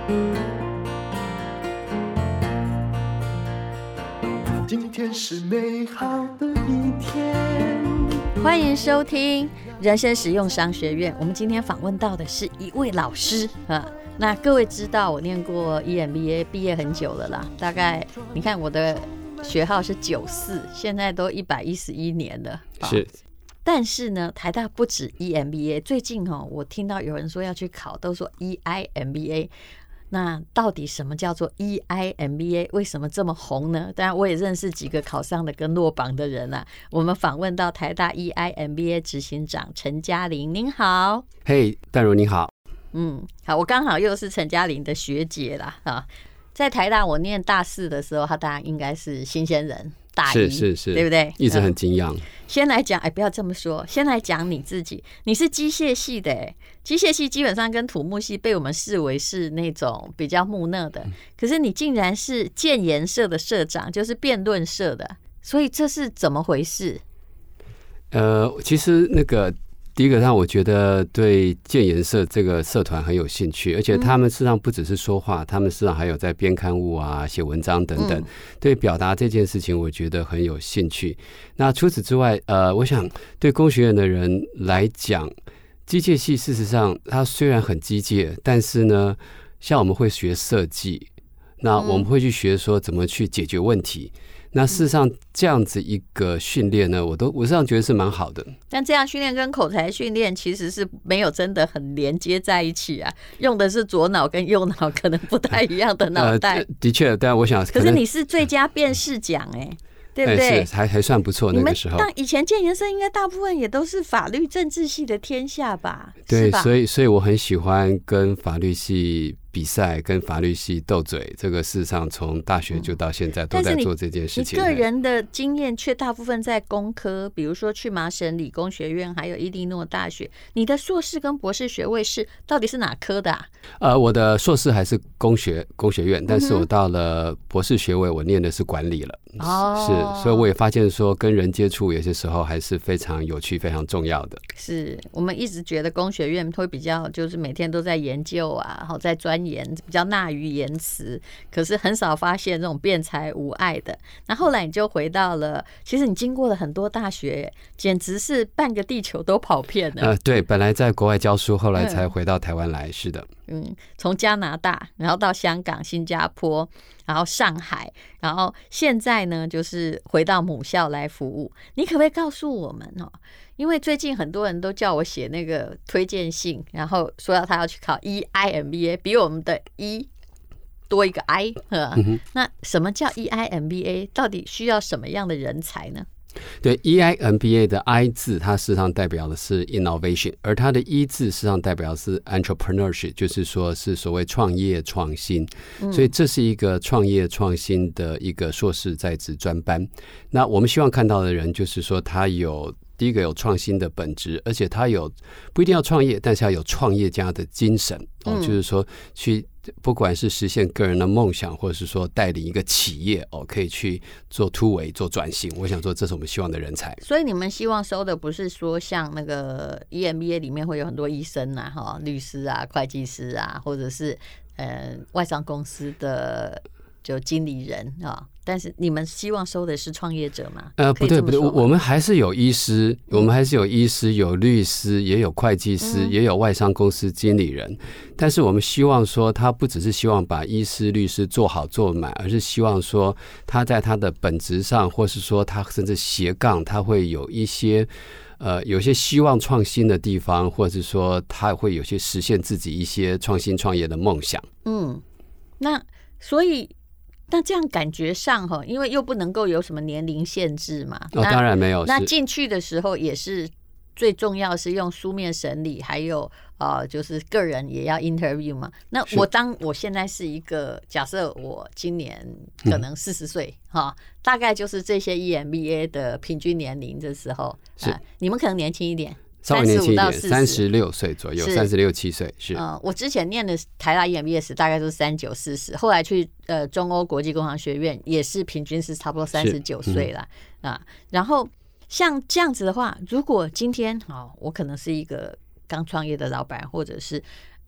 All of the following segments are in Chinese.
今天是美好的一天。 欢迎收听人生实用商学院。我们今天访问到的是一位老师啊。那各位知道我念过 EMBA， 毕业很久了啦，大概你看我的学号是94，现在都111年了。 是。 但是呢，台大不止 EMBA， 最近我听到有人说要去考，都说 EIMBA。那到底什么叫做 EIMBA？ 为什么这么红呢？当然我也认识几个考上的跟落榜的人啊。我们访问到台大 EIMBA 执行长陈嘉玲，您好。 嘿，淡如你好。 好，我刚好又是陈嘉玲的学姐啦啊。在台大我念大4的时候，他当然应该是新鲜人，大一是，对不对？ 一直很敬仰。 先来讲，不要这么说，先来讲你自己。你是机械系的，机械系基本上跟土木系被我们视为是那种比较木讷的，可是你竟然是建研社的社长，就是辩论社的，所以这是怎么回事？ 其实那个。第一个让我觉得对建研社这个社团很有兴趣，而且他们事实上不只是说话，他们事实上还有在编刊物啊、写文章等等，对表达这件事情我觉得很有兴趣。那除此之外，我想对工学院的人来讲，机械系事实上它虽然很机械，但是呢，像我们会学设计，那我们会去学说怎么去解决问题。那事实上，这样子一个训练呢，我实际上觉得是蛮好的。 但这样训练跟口才训练其实是没有真的很连接在一起啊，用的是左脑跟右脑可能不太一样的脑袋。 的确，但我想， 可是你是最佳辩士奖对不对？ 是还算不错那个时候。 但以前建研社应该大部分也都是法律政治系的天下吧？ 对，所以我很喜欢跟法律系比赛，跟法律系斗嘴。这个事实上从大学就到现在都在做这件事情。 你个人的经验却大部分在工科，比如说去麻省理工学院，还有伊利诺大学。你的硕士跟博士学位到底是哪科的啊？ 我的硕士还是工学院，但是我到了博士学位，我念的是管理了。是，所以我也发现说，跟人接触有些时候还是非常有趣、非常重要的。 是我们一直觉得工学院会比较，就是每天都在研究啊，然后在钻研，比较纳于言辞，可是很少发现这种辩才无碍的。那后来你就回到了，其实你经过了很多大学，简直是半个地球都跑遍了。 对，本来在国外教书，后来才回到台湾来。是的。 从加拿大，然后到香港、新加坡，然后上海，然后现在呢，就是回到母校来服务。你可不可以告诉我们因为最近很多人都叫我写那个推荐信，然后说他要去考 EIMBA， 比我们的 E 多一个 I。那什么叫 EIMBA？ 到底需要什么样的人才呢？ 对 EIMBA 的 I 字，它事实上代表的是 innovation， 而它的 E 字事实上代表的是 entrepreneurship， 就是说是所谓创业创新。所以这是一个创业创新的一个硕士在职专班。那我们希望看到的人，就是说他有第一个有创新的本质，而且他有不一定要创业，但是要有创业家的精神就是说去不管是实现个人的梦想，或者是说带领一个企业可以去做突围、做转型。我想说，这是我们希望的人才。 所以你们希望收的不是说像那个 EMBA 里面会有很多医生啊、律师啊、会计师啊，或者是外商公司的就经理人但是你们希望收的是创业者吗？ 不对，我们还是有医师，有律师，也有会计师，也有外商公司经理人。但是我们希望说，他不只是希望把医师、律师做好做满，而是希望说他在他的本质上，或是说他甚至斜杠，他会有一些有些希望创新的地方，或者是说他会有些实现自己一些创新创业的梦想。 那所以。那这样感觉上因为又不能够有什么年龄限制嘛。 当然没有。 那进去的时候也是最重要是用书面审理，还有就是个人也要 interview 嘛。那我现在是一个假设，我今年可能40岁大概就是这些 EMBA 的平均年龄的时候，你们可能年轻一点。 稍微年轻一点，36岁左右，36、7岁是。 我之前念的台大 EMBA 时大概都是39、40，后来去中欧国际工商学院也是平均是差不多39岁了然后像这样子的话，如果今天我可能是一个刚创业的老板，或者是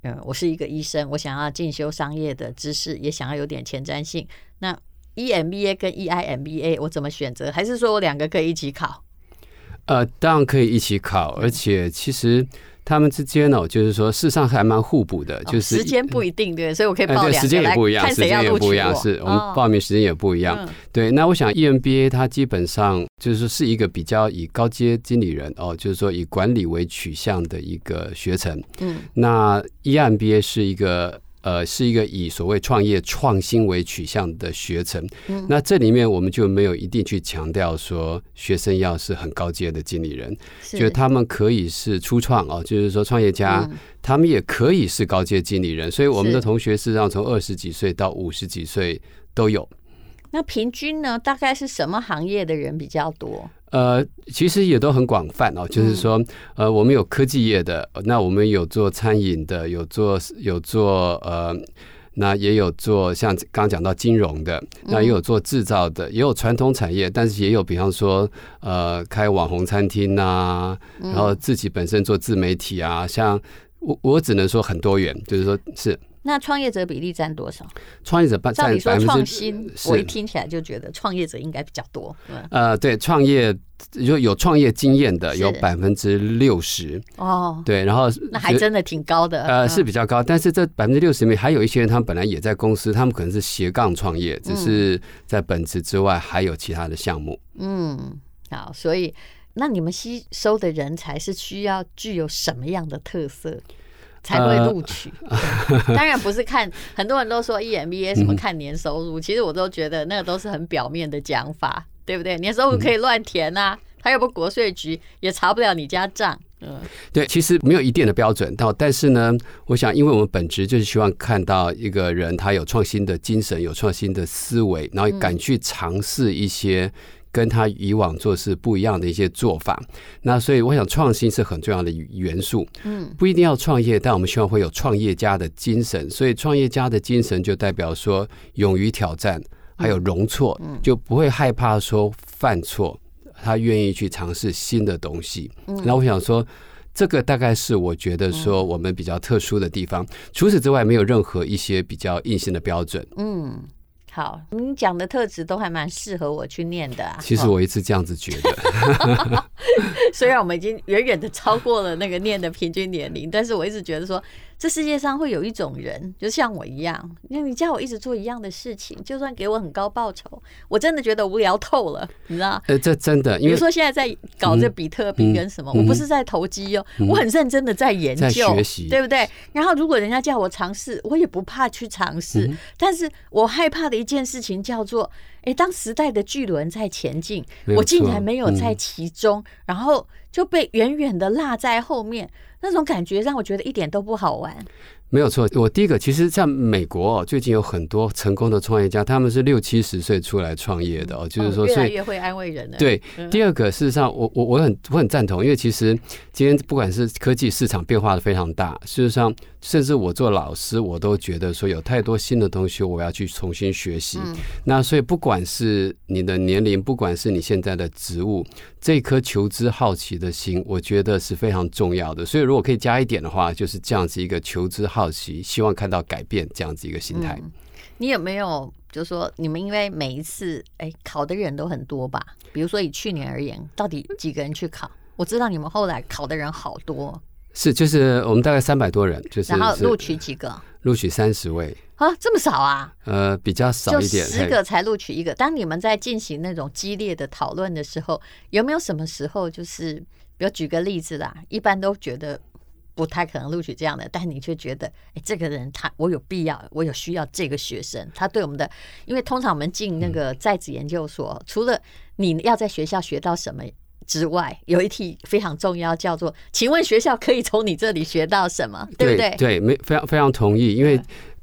我是一个医生，我想要进修商业的知识，也想要有点前瞻性。那 EMBA 跟 EIMBA 我怎么选择？还是说我2个可以一起考？ 当然可以一起考，而且其实他们之间就是说事实上还蛮互补的，就是时间不一定，对，所以我可以报2个， 时间也不一样， 看谁要录取我。 是我们报名时间也不一样。对，那我想 EMBA 它基本上就是说是一个比较以高阶经理人就是说以管理为取向的一个学程。那 EMBA 是一个以所谓创业创新为取向的学程。那这里面我们就没有一定去强调说学生要是很高阶的经理人，就他们可以是初创就是说创业家，他们也可以是高阶经理人。所以我们的同学事实上从20几岁到50几岁都有。 那平均呢，大概是什么行业的人比较多？ 其实也都很广泛就是说，我们有科技业的，那我们有做餐饮的，有做那也有做像刚刚讲到金融的，那也有做制造的，也有传统产业，但是也有比方说开网红餐厅啊，然后自己本身做自媒体啊，像我只能说很多元，就是说是。 那创业者比例占多少？ 创业者占照理说创新，我一是听起来就觉得创业者应该比较多。 对，创业就有创业经验的有60%对，然后那还真的挺高的。 是比较高，但是这60%里面还有一些人，他们本来也在公司，他们可能是斜杠创业，只是在本职之外还有其他的项目。 好，所以那你们吸收的人才是需要具有什么样的特色？才会录取。当然不是看，很多人都说 EMBA 什么看年收入，其实我都觉得那个都是很表面的讲法，对不对？年收入可以乱填啊，他又不国税局也查不了你家账。 对，其实没有一定的标准，但是呢，我想，因为我们本质就是希望看到一个人他有创新的精神，有创新的思维，然后敢去尝试一些跟他以往做事不一样的一些做法。那所以我想创新是很重要的元素。不一定要创业，但我们希望会有创业家的精神。所以创业家的精神就代表说勇于挑战，还有容错，就不会害怕说犯错，他愿意去尝试新的东西。那我想说，这个大概是我觉得说我们比较特殊的地方。除此之外，没有任何一些比较硬性的标准。 好，你讲的特质都还蛮适合我去念的啊。 其实我一直这样子觉得。 虽然我们已经远远的超过了那个念的平均年龄，但是我一直觉得说，这世界上会有一种人，就像我一样，因为你叫我一直做一样的事情，就算给我很高报酬，我真的觉得无聊透了，你知道？ 这真的，因为比如说现在在搞这比特币跟什么，我不是在投机我很认真的在研究， 在学习， 对不对？然后如果人家叫我尝试，我也不怕去尝试，但是我害怕的一件事情叫做，当时代的巨轮在前进，我竟然没有在其中，然后就被远远的落在后面，那种感觉让我觉得一点都不好玩。 没有错，我第一个其实像美国最近有很多成功的创业家，他们是60-70岁出来创业的就是说越来越会安慰人了。 对，第二个事实上我很赞同，因为其实今天不管是科技市场变化的非常大，事实上甚至我做老师我都觉得说有太多新的东西我要去重新学习。那所以不管是你的年龄，不管是你现在的职务，这颗求知好奇的心我觉得是非常重要的。所以如果可以加一点的话，就是这样子一个求知好奇，希望看到改变这样子一个心态。 你有没有就是说你们因为每一次考的人都很多吧？比如说以去年而言，到底几个人去考？我知道你们后来考的人好多。 是，就是我们大概300多人，就是然后录取几个？ 录取30位啊，这么少啊？ 比较少一点， 就10个才录取1个。当你们在进行那种激烈的讨论的时候，有没有什么时候就是比如举个例子啦，一般都觉得不太可能录取这样的，但你却觉得这个人我有必要，我有需要这个学生，他对我们的，因为通常我们进那个在职研究所，除了你要在学校学到什么之外，有一题非常重要，叫做请问学校可以从你这里学到什么，对不对？ 对，非常同意。因为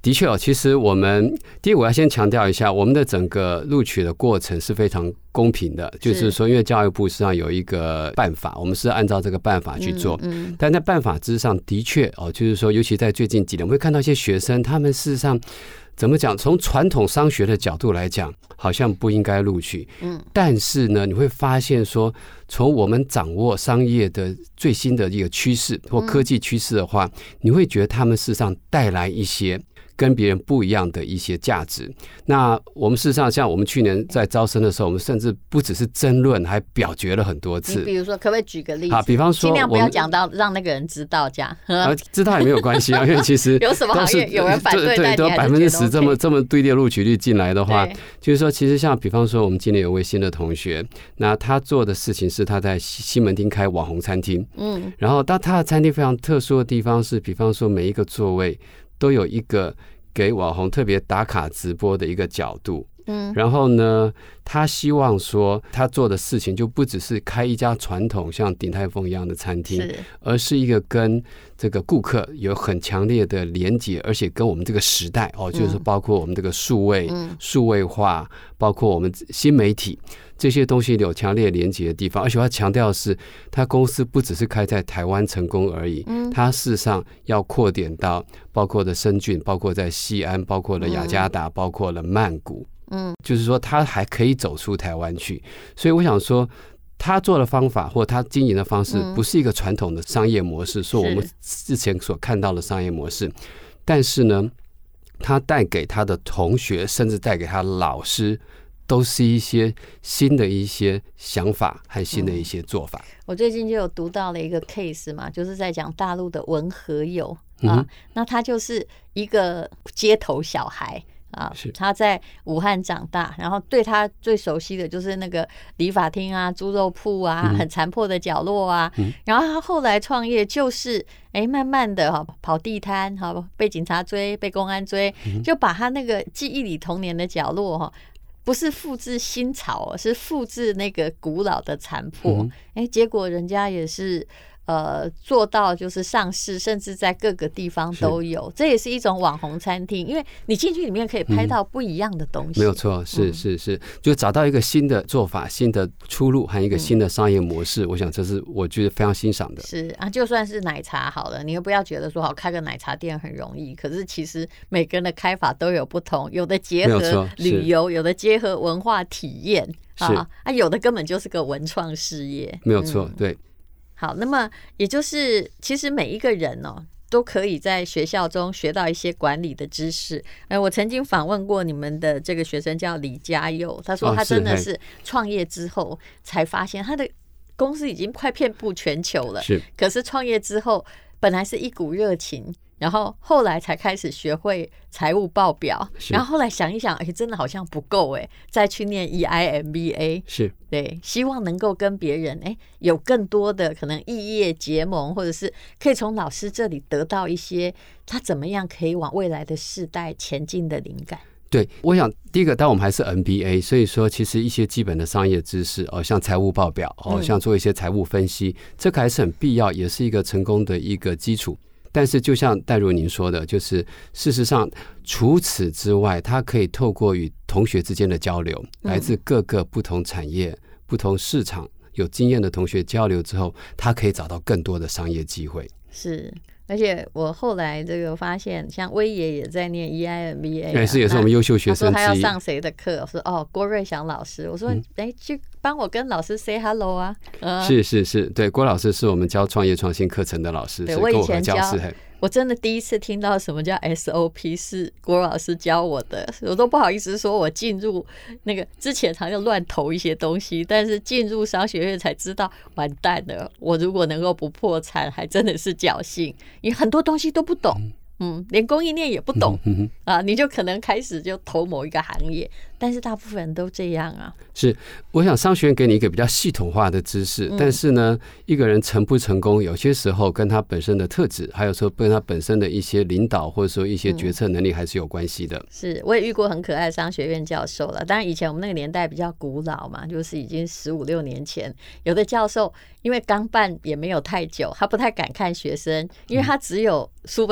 的确其实我们第一，我要先强调一下，我们的整个录取的过程是非常公平的，就是说，因为教育部实际上有一个办法，我们是按照这个办法去做，但在办法之上的确就是说，尤其在最近几年，我们会看到一些学生，他们事实上怎么讲？从传统商学的角度来讲，好像不应该录取。但是呢，你会发现说，从我们掌握商业的最新的一个趋势或科技趋势的话，你会觉得他们事实上带来一些跟别人不一样的一些价值。那我们事实上，像我们去年在招生的时候，我们甚至不只是争论，还表决了很多次。 你比如说，可不可以举个例子？ 好，比方说， 尽量不要讲到让那个人知道这样。 知道也没有关系啊，因为其实有什么行业有人反对， 对，都10%这么低的录取率进来的话，就是说，其实像比方说，我们今年有位新的同学，那他做的事情是他在西门町开网红餐厅，然后他的餐厅非常特殊的地方是，比方说每一个座位都有一个给网红特别打卡直播的一个角度，然后呢，他希望说他做的事情就不只是开一家传统像鼎泰丰一样的餐厅，而是一个跟这个顾客有很强烈的连结，而且跟我们这个时代就是包括我们这个数位化，包括我们新媒体这些东西有强烈连结的地方。而且他强调的是，他公司不只是开在台湾成功而已，他事实上要扩点到包括的深圳，包括在西安，包括了雅加达，包括了曼谷，就是说他还可以走出台湾去。所以我想说，他做的方法或他经营的方式不是一个传统的商业模式，是我们之前所看到的商业模式，但是呢，他带给他的同学，甚至带给他的老师，都是一些新的一些想法和新的一些做法。 我最近就有读到了一个 case 嘛，就是在讲大陆的文和友那他就是一个街头小孩他在武汉长大，然后对他最熟悉的就是那个理发厅啊、猪肉铺啊、很残破的角落啊。然后他后来创业，就是慢慢的跑地摊，被警察追、被公安追，就把他那个记忆里童年的角落不是复制新潮，是复制那个古老的残破。结果人家也是做到就是上市，甚至在各个地方都有。这也是一种网红餐厅，因为你进去里面可以拍到不一样的东西。 没有错，是，就找到一个新的做法、新的出路和一个新的商业模式。我想这是我觉得非常欣赏的。是啊，就算是奶茶好了，你又不要觉得说开个奶茶店很容易，可是其实每个人的开法都有不同，有的结合旅游，有的结合文化体验有的根本就是个文创事业。 没有错，对。 好，那么也就是其实每一个人都可以在学校中学到一些管理的知识。我曾经访问过你们的这个学生叫李嘉佑，他说他真的是创业之后才发现他的公司已经快遍布全球了，可是创业之后本来是一股热情，然后后来才开始学会财务报表，然后后来想一想，真的好像不够再去念 EIMBA， 对，希望能够跟别人有更多的可能异业结盟，或者是可以从老师这里得到一些他怎么样可以往未来的世代前进的灵感。 对，我想第一个，但我们还是 MBA， 所以说其实一些基本的商业知识像财务报表像做一些财务分析，这个还是很必要，也是一个成功的一个基础。但是就像戴如您说的，就是事实上除此之外，他可以透过与同学之间的交流，来自各个不同产业、不同市场有经验的同学交流之后，他可以找到更多的商业机会。 是，而且我后来这个发现，像威爷也在念 EIMBA， 也是我们优秀学生之一。 他说他要上谁的课？我说郭瑞祥老师。我说去帮我跟老师 say hello 啊。 是，对，郭老师是我们教创业创新课程的老师， 对，我以前教。我真的第一次听到什么叫 SOP 是郭老师教我的，我都不好意思说我进入那个之前常常乱投一些东西，但是进入商学院才知道完蛋了，我如果能够不破产还真的是侥幸，因为很多东西都不懂，连供应链也不懂你就可能开始就投某一个行业，但是大部分人都这样啊。 是，我想商学院给你一个比较系统化的知识，但是呢，一个人成不成功，有些时候跟他本身的特质，还有说跟他本身的一些领导或者说一些决策能力还是有关系的。 是，我也遇过很可爱的商学院教授了，当然以前我们那个年代比较古老嘛，就是已经15、16年前，有的教授因为刚办也没有太久，他不太敢看学生，因为他只有书本上的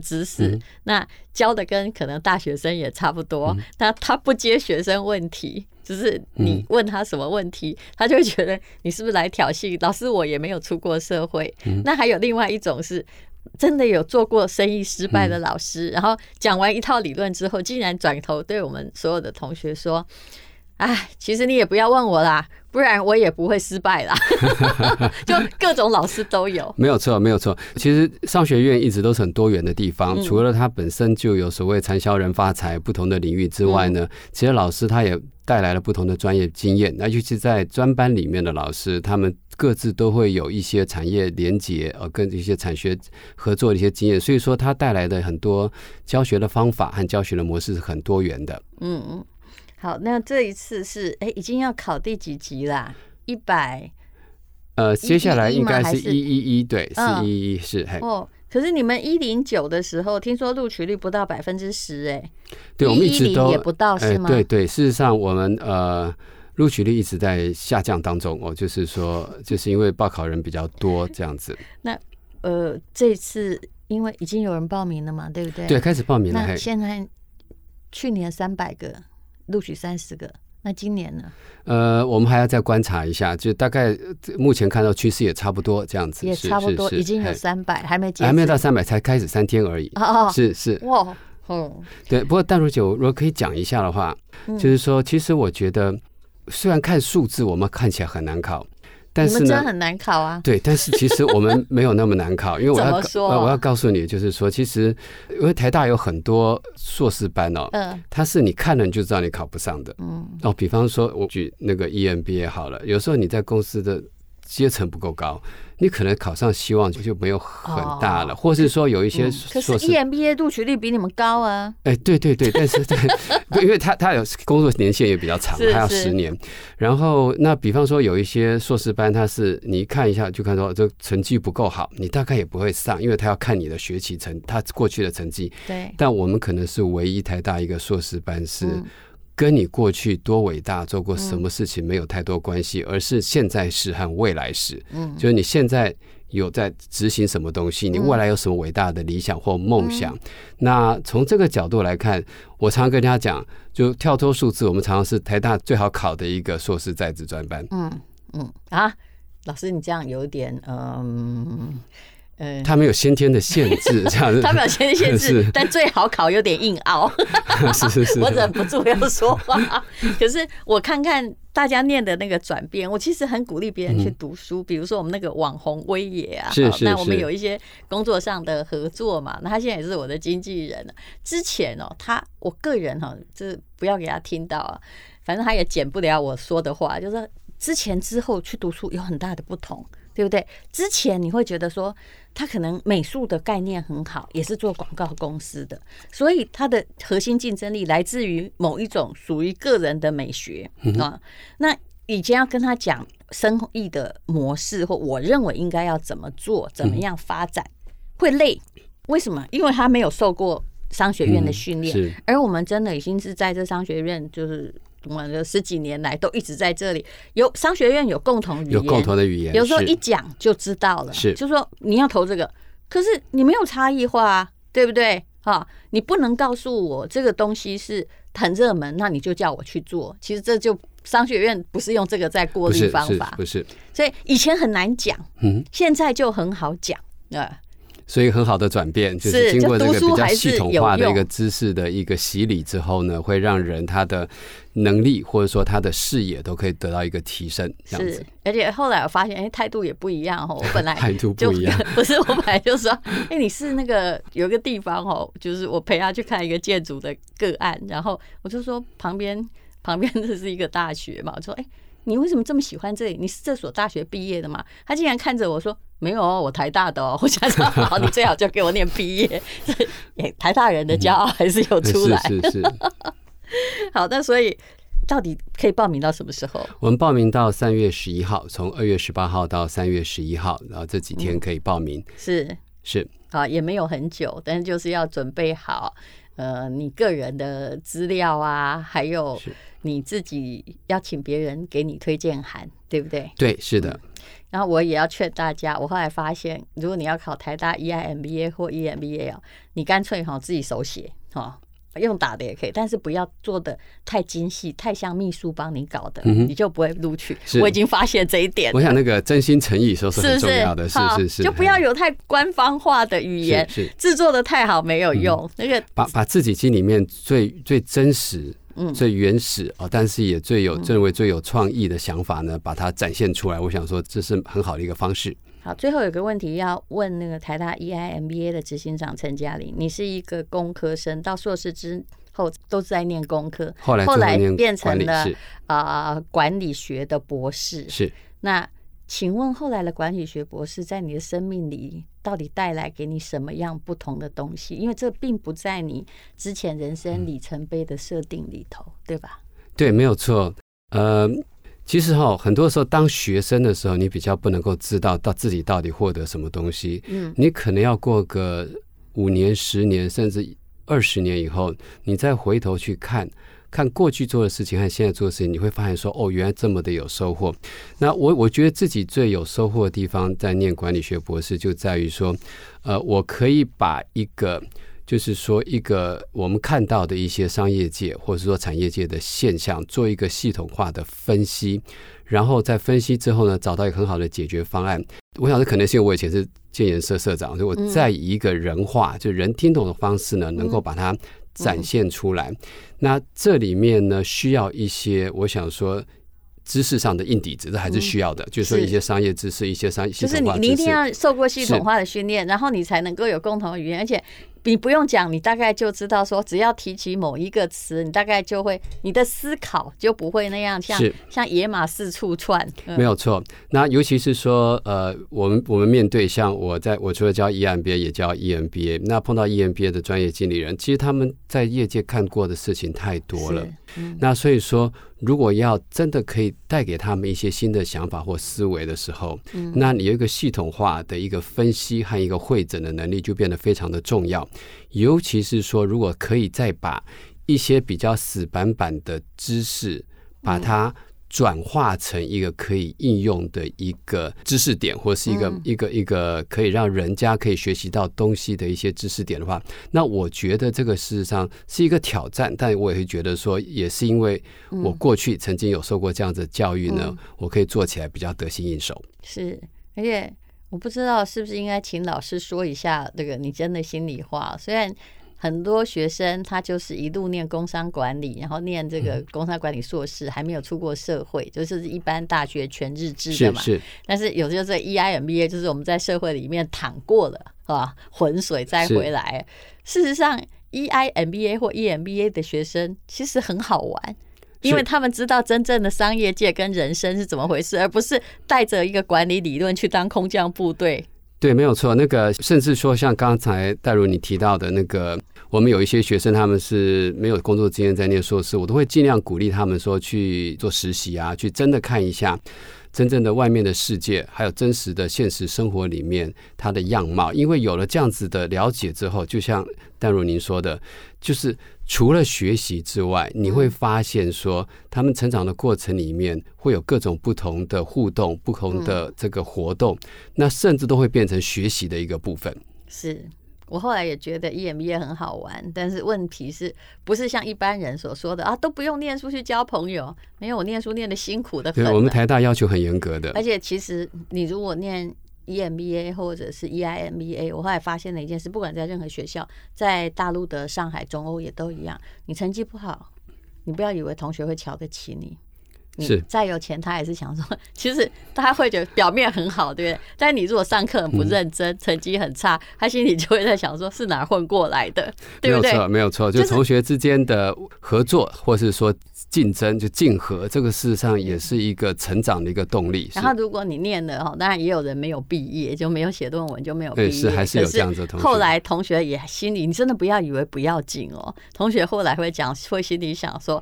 知识，那教的跟可能大学生也差不多，他不接学生问题，就是你问他什么问题，他就会觉得你是不是来挑衅？老师，我也没有出过社会。那还有另外一种是真的有做过生意失败的老师，然后讲完一套理论之后，竟然转头对我们所有的同学说：“哎，其实你也不要问我啦，不然我也不会失败啦。”就各种老师都有， 没有错，没有错。其实商学院一直都是很多元的地方，除了它本身就有所谓产销人发财不同的领域之外呢，其实老师他也带来了不同的专业经验。那尤其在专班里面的老师，他们各自都会有一些产业连结，跟一些产学合作的一些经验，所以说他带来的很多教学的方法和教学的模式是很多元的。 好，那这一次是已经要考第几级啦？100。 接下来应该是111，对，是111，是。 可是你们109的时候，听说录取率不到10%， 对，我们一直都也不到，是吗？ 对，事实上我们录取率一直在下降当中就是说，就是因为报考人比较多这样子。 那这次因为已经有人报名了嘛，对不对？ 对，开始报名了。 那现在去年300个。录取30个，那今年呢？ 我们还要再观察一下，就大概目前看到趋势也差不多这样子， 也差不多，已经有300，还没到300，才开始3天而已。是哇，对。不过淡如姐，如果可以讲一下的话，就是说，其实我觉得，虽然看数字我们看起来很难考。但是呢， 你们真的很难考啊！ 对，但是其实我们没有那么难考，因为我要告诉你，就是说，其实因为台大有很多硕士班它是你看了你就知道你考不上的。比方说我举那个 EMBA 好了，有时候你在公司的阶层不够高，你可能考上希望就没有很大了，或是说有一些可是 EMBA 录取率比你们高啊。 对，但是对，因为他有工作年限也比较长，他要10年。然后那比方说有一些硕士班，他是你看一下就看到这成绩不够好，你大概也不会上，因为他要看你的学期他过去的成绩。 对， 但我们可能是唯一台大一个硕士班是。跟你过去多伟大做过什么事情没有太多关系，而是现在时和未来时。就是你现在有在执行什么东西，你未来有什么伟大的理想或梦想。那从这个角度来看，我常常跟大家讲，就跳脱数字，我们常常是台大最好考的一个硕士在职专班。 老师你这样有点他没有先天的限制，这样子。 他没有先天限制，但最好考有点硬凹。 是， 我忍不住要说话。可是我看看大家念的那个转变，我其实很鼓励别人去读书。比如说我们那个网红威爷啊，那我们有一些工作上的合作嘛，那他现在也是我的经纪人。之前我个人就是不要给他听到啊，反正他也剪不了我说的话，就是之前之后去读书有很大的不同。对不对？之前你会觉得说他可能美术的概念很好，也是做广告公司的，所以他的核心竞争力来自于某一种属于个人的美学那以前要跟他讲生意的模式，或我认为应该要怎么做，怎么样发展，会累。为什么？因为他没有受过商学院的训练，而我们真的已经是在这商学院就是我们10几年来都一直在这里，有商学院有共同语言， 有共同的语言， 有时候一讲就知道了。就是说你要投这个，可是你没有差异化啊，对不对？你不能告诉我这个东西是很热门，那你就叫我去做。其实这就商学院不是用这个在过滤方法， 不是。 所以以前很难讲，现在就很好讲所以很好的转变，就是经过这个比较系统化的一个知识的一个洗礼之后呢，会让人他的能力或者说他的视野都可以得到一个提升，这样子。 而且后来我发现，态度也不一样我本来态度不一样， 不是我本来就说，你是那个有一个地方就是我陪他去看一个建筑的个案，然后我就说旁边这是一个大学嘛，我说你为什么这么喜欢这里？你是这所大学毕业的吗？他竟然看着我说没有我台大的我想说好，你最好就给我念毕业。台大人的骄傲还是有出来。 是。 好，那所以到底可以报名到什么时候？ 我们报名到3月11号，从2月18号到3月11号，然后这几天可以报名。是也没有很久，但是就是要准备好你个人的资料啊，还有你自己要请别人给你推荐函，对不对？ 对，是的。 然后我也要劝大家，我后来发现，如果你要考台大 EIMBA 或 EMBA 哦，你干脆自己手写用打的也可以，但是不要做的太精细，太像秘书帮你搞的，你就不会录取。我已经发现这一点了。 我想那个真心诚意说是很重要的，是， 就不要有太官方化的语言，制作的太好没有用。那个把自己心里面最真实。最原始但是也认为最有创意的想法呢，把它展现出来。我想说，这是很好的一个方式。 好，最后有个问题要问那个台大 EIMBA 的执行长陈嘉玲，你是一个工科生，到硕士之后都是在念工科，后来变成了管理学的博士。 是， 那请问后来的管理学博士在你的生命里到底带来给你什么样不同的东西？因为这并不在你之前人生里程碑的设定里头，对吧？ 对，没有错。其实很多时候当学生的时候，你比较不能够知道到自己到底获得什么东西。你可能要过个5年、10年，甚至20年以后，你再回头去看过去做的事情和现在做的事情，你会发现说，原来这么的有收获。那我觉得自己最有收获的地方，在念管理学博士，就在于说，我可以把就是说一个我们看到的一些商业界或者说产业界的现象，做一个系统化的分析，然后在分析之后呢，找到一个很好的解决方案。我想这可能是因为我以前是建研社社长，所以我在以一个人话，就人听懂的方式呢，能够把它展现出来。那这里面呢，需要一些我想说知识上的硬底子，这还是需要的。就是说一些商业知识，一些系统化知识， 就是你一定要受过系统化的训练，然后你才能够有共同的语言，而且你不用讲，你大概就知道说，只要提起某一个词，你大概就会，你的思考就不会那样像野马四处窜。 没有错。那尤其是说，我们面对像我除了教 EMBA 也教 EMBA， 那碰到 EMBA 的专业经理人，其实他们在业界看过的事情太多了。那所以说，如果要真的可以带给他们一些新的想法或思维的时候，那你有一个系统化的一个分析和一个汇整的能力就变得非常的重要。尤其是说，如果可以再把一些比较死板板的知识，把它转化成一个可以应用的一个知识点，或是一个可以让人家可以学习到东西的一些知识点的话，那我觉得这个事实上是一个挑战，但我也会觉得说，也是因为我过去曾经有受过这样子的教育呢，我可以做起来比较得心应手。 是，而且我不知道是不是应该请老师说一下这个你真的心里话。虽然很多学生他就是一路念工商管理，然后念这个工商管理硕士，还没有出过社会，就是一般大学全日制的嘛。 是。 但是有的就是 EIMBA， 就是我们在社会里面淌过了浑水再回来。事实上 EIMBA 或 EMBA 的学生其实很好玩。因为他们知道真正的商业界跟人生是怎么回事，而不是带着一个管理理论去当空降部队。 对，没有错。那个甚至说像刚才戴如你提到的那个，我们有一些学生他们是没有工作经验在念硕士，我都会尽量鼓励他们说去做实习啊，去真的看一下真正的外面的世界，还有真实的现实生活里面它的样貌。因为有了这样子的了解之后，就像戴如您说的，就是除了学习之外，你会发现说他们成长的过程里面会有各种不同的互动，不同的这个活动，那甚至都会变成学习的一个部分。 是，我后来也觉得 EMBA 很好玩，但是问题是不是像一般人所说的都不用念书去交朋友？没有，我念书念得辛苦的很。 对，我们台大要求很严格的， 而且其实你如果念EMBA 或者是 EIMBA， 我后来发现了一件事，不管在任何学校，在大陆的上海、中欧也都一样，你成绩不好，你不要以为同学会瞧得起你。你再有钱，他也是想说，其实他会觉得表面很好，对不对？但你如果上课很不认真，成绩很差，他心里就会在想说，是哪混过来的，对不对？ 没有错，没有错。就同学之间的合作，或是说竞争，就竞合，这个事实上也是一个成长的一个动力。 然后如果你念了当然也有人没有毕业，就没有写论文，就没有毕业。 对，是还是有这样子的同学。 后来同学也心里，你真的不要以为不要紧哦。同学后来会讲，会心里想说，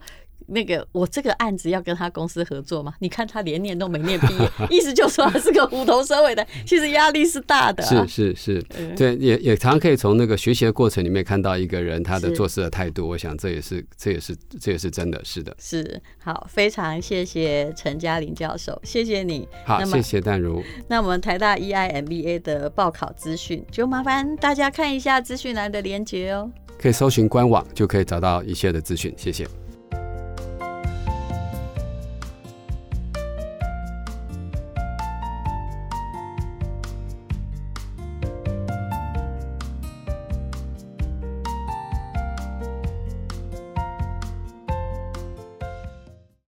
那个我这个案子要跟他公司合作嘛？你看他连念都没念毕业，意思就是说他是个虎头蛇尾的，其实压力是大的、啊。 是，对，也常常可以从那个学习的过程里面看到一个人他的做事的态度。我想这也是真的，是的。 是，好，非常谢谢陈嘉玲教授，谢谢你。 好，谢谢淡如。 那我们台大 EIMBA 的报考资讯，就麻烦大家看一下资讯栏的连结哦。 可以搜寻官网就可以找到一切的资讯，谢谢。